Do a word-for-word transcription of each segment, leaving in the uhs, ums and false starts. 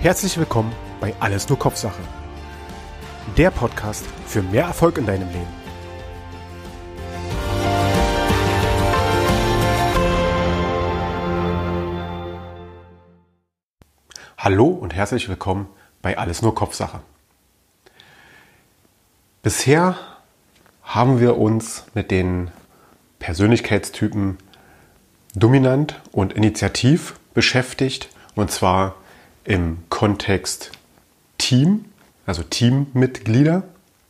Herzlich willkommen bei Alles nur Kopfsache. Der Podcast für mehr Erfolg in deinem Leben. Hallo und herzlich willkommen bei Alles nur Kopfsache. Bisher haben wir uns mit den Persönlichkeitstypen dominant und initiativ beschäftigt, und zwar im Kontext Team, also Teammitglieder.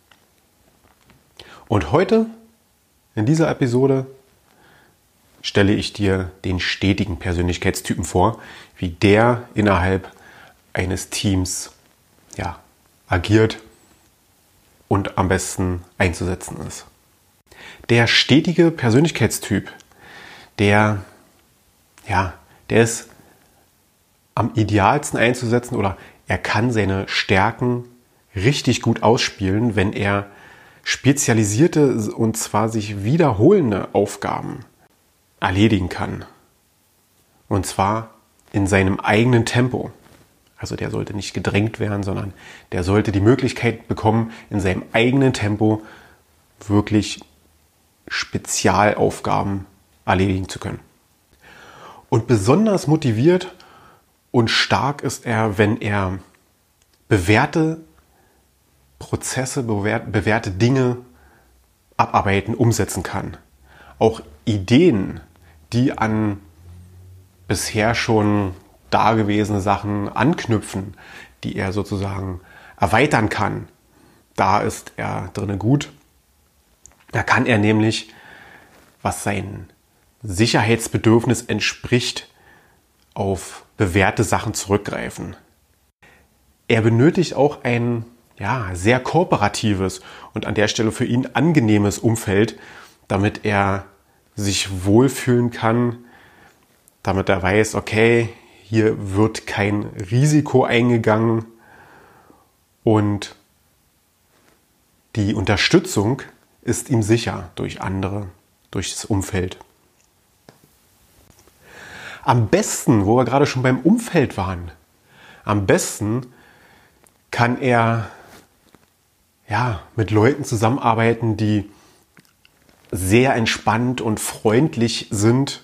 Und heute, in dieser Episode, stelle ich dir den stetigen Persönlichkeitstypen vor, wie der innerhalb eines Teams ja, agiert und am besten einzusetzen ist. Der stetige Persönlichkeitstyp, der, ja, der ist am idealsten einzusetzen, oder er kann seine Stärken richtig gut ausspielen, wenn er spezialisierte und zwar sich wiederholende Aufgaben erledigen kann. Und zwar in seinem eigenen Tempo. Also der sollte nicht gedrängt werden, sondern der sollte die Möglichkeit bekommen, in seinem eigenen Tempo wirklich Spezialaufgaben erledigen zu können. Und besonders motiviert und stark ist er, wenn er bewährte Prozesse, bewährte Dinge abarbeiten, umsetzen kann. Auch Ideen, die an bisher schon dagewesene Sachen anknüpfen, die er sozusagen erweitern kann. Da ist er drinne gut. Da kann er nämlich, was sein Sicherheitsbedürfnis entspricht, auf bewährte Sachen zurückgreifen. Er benötigt auch ein ja, sehr kooperatives und an der Stelle für ihn angenehmes Umfeld, damit er sich wohlfühlen kann, damit er weiß, okay, hier wird kein Risiko eingegangen und die Unterstützung ist ihm sicher durch andere, durch das Umfeld. Am besten, wo wir gerade schon beim Umfeld waren, am besten kann er ja, mit Leuten zusammenarbeiten, die sehr entspannt und freundlich sind,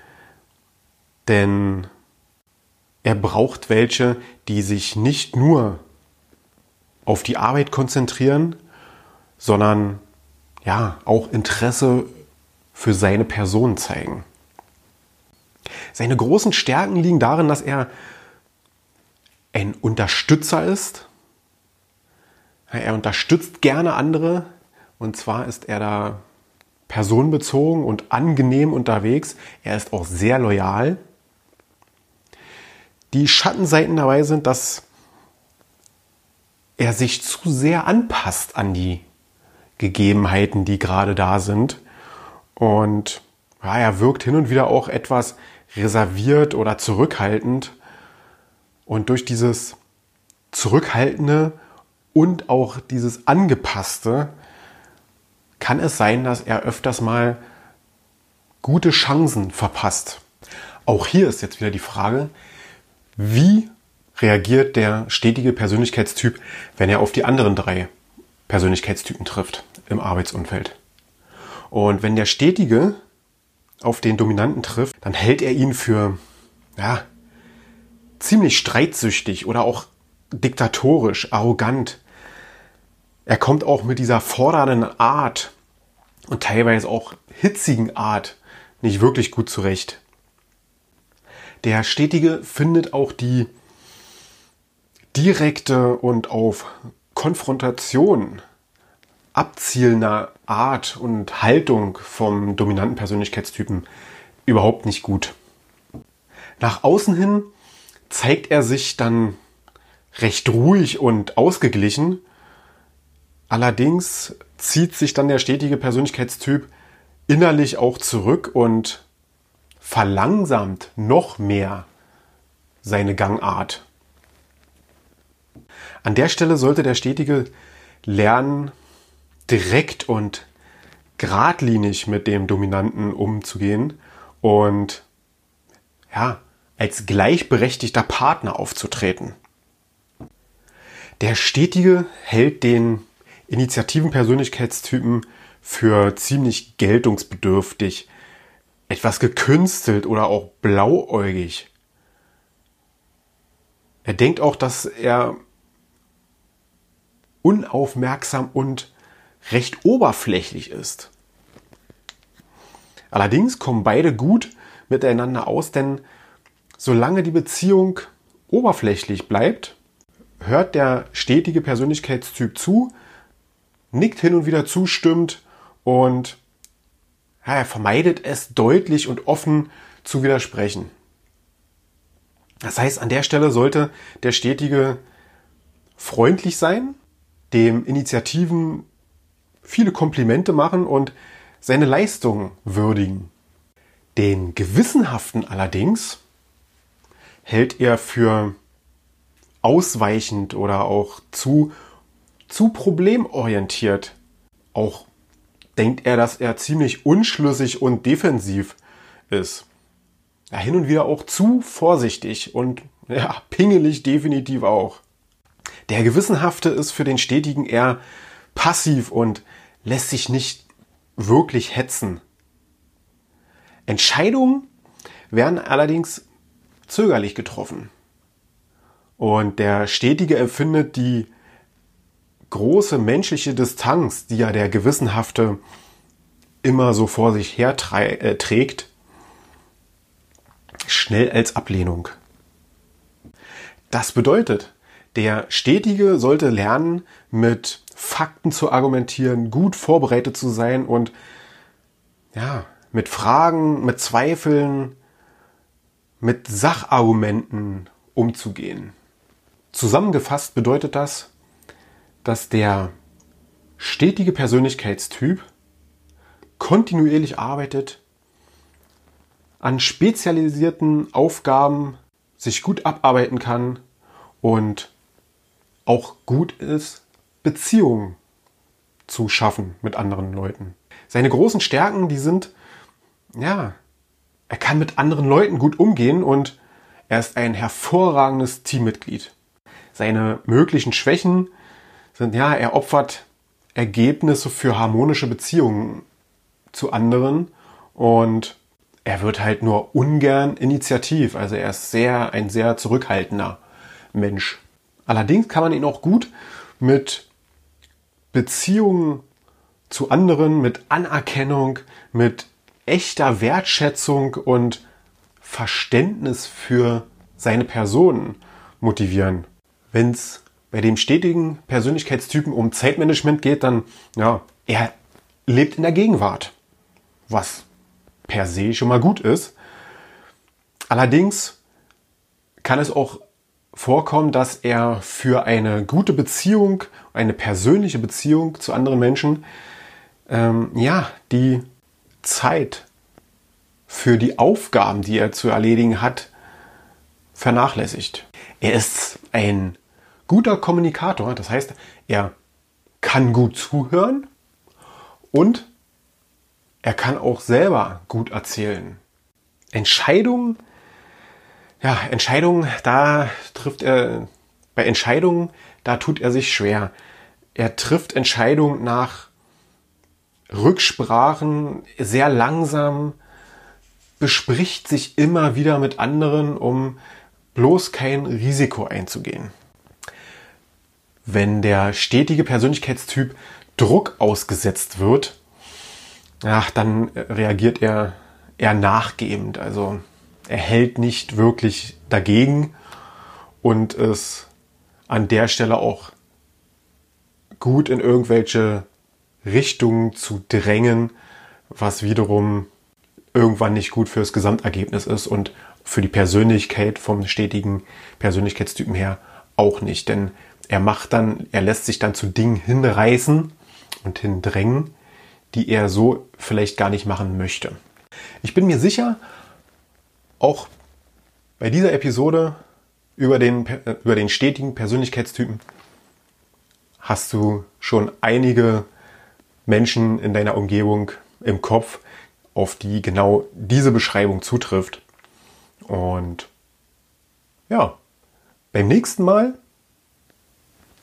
denn er braucht welche, die sich nicht nur auf die Arbeit konzentrieren, sondern ja, auch Interesse für seine Person zeigen. Seine großen Stärken liegen darin, dass er ein Unterstützer ist. Er unterstützt gerne andere, und zwar ist er da personenbezogen und angenehm unterwegs. Er ist auch sehr loyal. Die Schattenseiten dabei sind, dass er sich zu sehr anpasst an die Gegebenheiten, die gerade da sind. Und ja, er wirkt hin und wieder auch etwas reserviert oder zurückhaltend. Und durch dieses Zurückhaltende und auch dieses Angepasste kann es sein, dass er öfters mal gute Chancen verpasst. Auch hier ist jetzt wieder die Frage, wie reagiert der stetige Persönlichkeitstyp, wenn er auf die anderen drei Persönlichkeitstypen trifft im Arbeitsumfeld. Und wenn der stetige auf den Dominanten trifft, dann hält er ihn für ja, ziemlich streitsüchtig oder auch diktatorisch, arrogant. Er kommt auch mit dieser fordernden Art und teilweise auch hitzigen Art nicht wirklich gut zurecht. Der Stetige findet auch die direkte und auf Konfrontation abzielende Art und Haltung vom dominanten Persönlichkeitstypen überhaupt nicht gut. Nach außen hin zeigt er sich dann recht ruhig und ausgeglichen. Allerdings zieht sich dann der stetige Persönlichkeitstyp innerlich auch zurück und verlangsamt noch mehr seine Gangart. An der Stelle sollte der Stetige lernen, direkt und geradlinig mit dem Dominanten umzugehen und ja, als gleichberechtigter Partner aufzutreten. Der Stetige hält den Initiativen-Persönlichkeitstypen für ziemlich geltungsbedürftig, etwas gekünstelt oder auch blauäugig. Er denkt auch, dass er unaufmerksam und recht oberflächlich ist. Allerdings kommen beide gut miteinander aus, denn solange die Beziehung oberflächlich bleibt, hört der stetige Persönlichkeitstyp zu, nickt hin und wieder zustimmend und ja, er vermeidet es, deutlich und offen zu widersprechen. Das heißt, an der Stelle sollte der Stetige freundlich sein, dem Initiativen viele Komplimente machen und seine Leistung würdigen. Den Gewissenhaften allerdings hält er für ausweichend oder auch zu, zu problemorientiert. Auch denkt er, dass er ziemlich unschlüssig und defensiv ist. Ja, hin und wieder auch zu vorsichtig und ja, pingelig definitiv auch. Der Gewissenhafte ist für den Stetigen eher passiv und lässt sich nicht wirklich hetzen. Entscheidungen werden allerdings zögerlich getroffen. Und der Stetige empfindet die große menschliche Distanz, die ja der Gewissenhafte immer so vor sich her äh, trägt, schnell als Ablehnung. Das bedeutet, der Stetige sollte lernen, mit Fakten zu argumentieren, gut vorbereitet zu sein und ja, mit Fragen, mit Zweifeln, mit Sachargumenten umzugehen. Zusammengefasst bedeutet das, dass der stetige Persönlichkeitstyp kontinuierlich arbeitet, an spezialisierten Aufgaben sich gut abarbeiten kann und auch gut ist, Beziehungen zu schaffen mit anderen Leuten. Seine großen Stärken, die sind, ja, er kann mit anderen Leuten gut umgehen und er ist ein hervorragendes Teammitglied. Seine möglichen Schwächen sind, ja, er opfert Ergebnisse für harmonische Beziehungen zu anderen und er wird halt nur ungern initiativ. Also er ist sehr, ein sehr zurückhaltender Mensch. Allerdings kann man ihn auch gut mit Beziehungen zu anderen, mit Anerkennung, mit echter Wertschätzung und Verständnis für seine Person motivieren. Wenn es bei dem stetigen Persönlichkeitstypen um Zeitmanagement geht, dann, ja, er lebt in der Gegenwart, was per se schon mal gut ist. Allerdings kann es auch vorkommen, dass er für eine gute Beziehung, eine persönliche Beziehung zu anderen Menschen, ähm, ja, die Zeit für die Aufgaben, die er zu erledigen hat, vernachlässigt. Er ist ein guter Kommunikator, das heißt, er kann gut zuhören und er kann auch selber gut erzählen. Entscheidungen, ja, Entscheidungen, da trifft er, bei Entscheidungen, da tut er sich schwer. Er trifft Entscheidungen nach Rücksprachen, sehr langsam, bespricht sich immer wieder mit anderen, um bloß kein Risiko einzugehen. Wenn der stetige Persönlichkeitstyp Druck ausgesetzt wird, ja, dann reagiert er eher nachgebend. Also er hält nicht wirklich dagegen und ist an der Stelle auch gut in irgendwelche Richtungen zu drängen, was wiederum irgendwann nicht gut fürs Gesamtergebnis ist und für die Persönlichkeit vom stetigen Persönlichkeitstypen her auch nicht. Denn er macht dann, er lässt sich dann zu Dingen hinreißen und hindrängen, die er so vielleicht gar nicht machen möchte. Ich bin mir sicher, auch bei dieser Episode über den, über den stetigen Persönlichkeitstypen hast du schon einige Menschen in deiner Umgebung im Kopf, auf die genau diese Beschreibung zutrifft. Und ja, beim nächsten Mal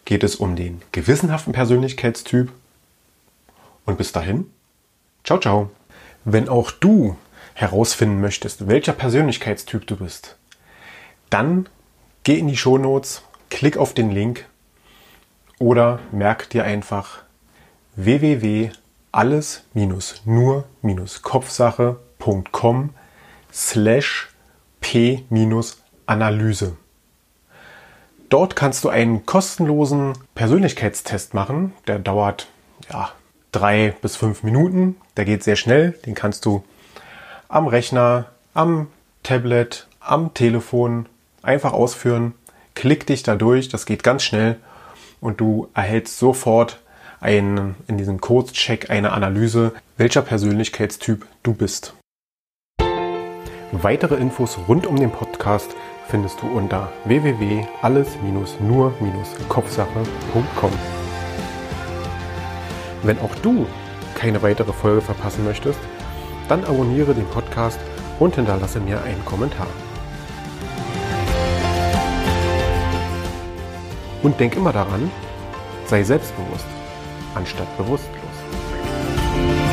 geht es um den gewissenhaften Persönlichkeitstyp. Und bis dahin, ciao, ciao. Wenn auch du herausfinden möchtest, welcher Persönlichkeitstyp du bist, dann geh in die Shownotes, klick auf den Link oder merk dir einfach w w w punkt alles nur kopfsache punkt com slash p Analyse. Dort kannst du einen kostenlosen Persönlichkeitstest machen. Der dauert ja, drei bis fünf Minuten. Der geht sehr schnell. Den kannst du am Rechner, am Tablet, am Telefon einfach ausführen. Klick dich da durch. Das geht ganz schnell. Und du erhältst sofort einen, in diesem Kurzcheck eine Analyse, welcher Persönlichkeitstyp du bist. Weitere Infos rund um den Podcast findest du unter w w w punkt alles nur kopfsache punkt com. Wenn auch du keine weitere Folge verpassen möchtest, dann abonniere den Podcast und hinterlasse mir einen Kommentar. Und denk immer daran, sei selbstbewusst anstatt bewusstlos.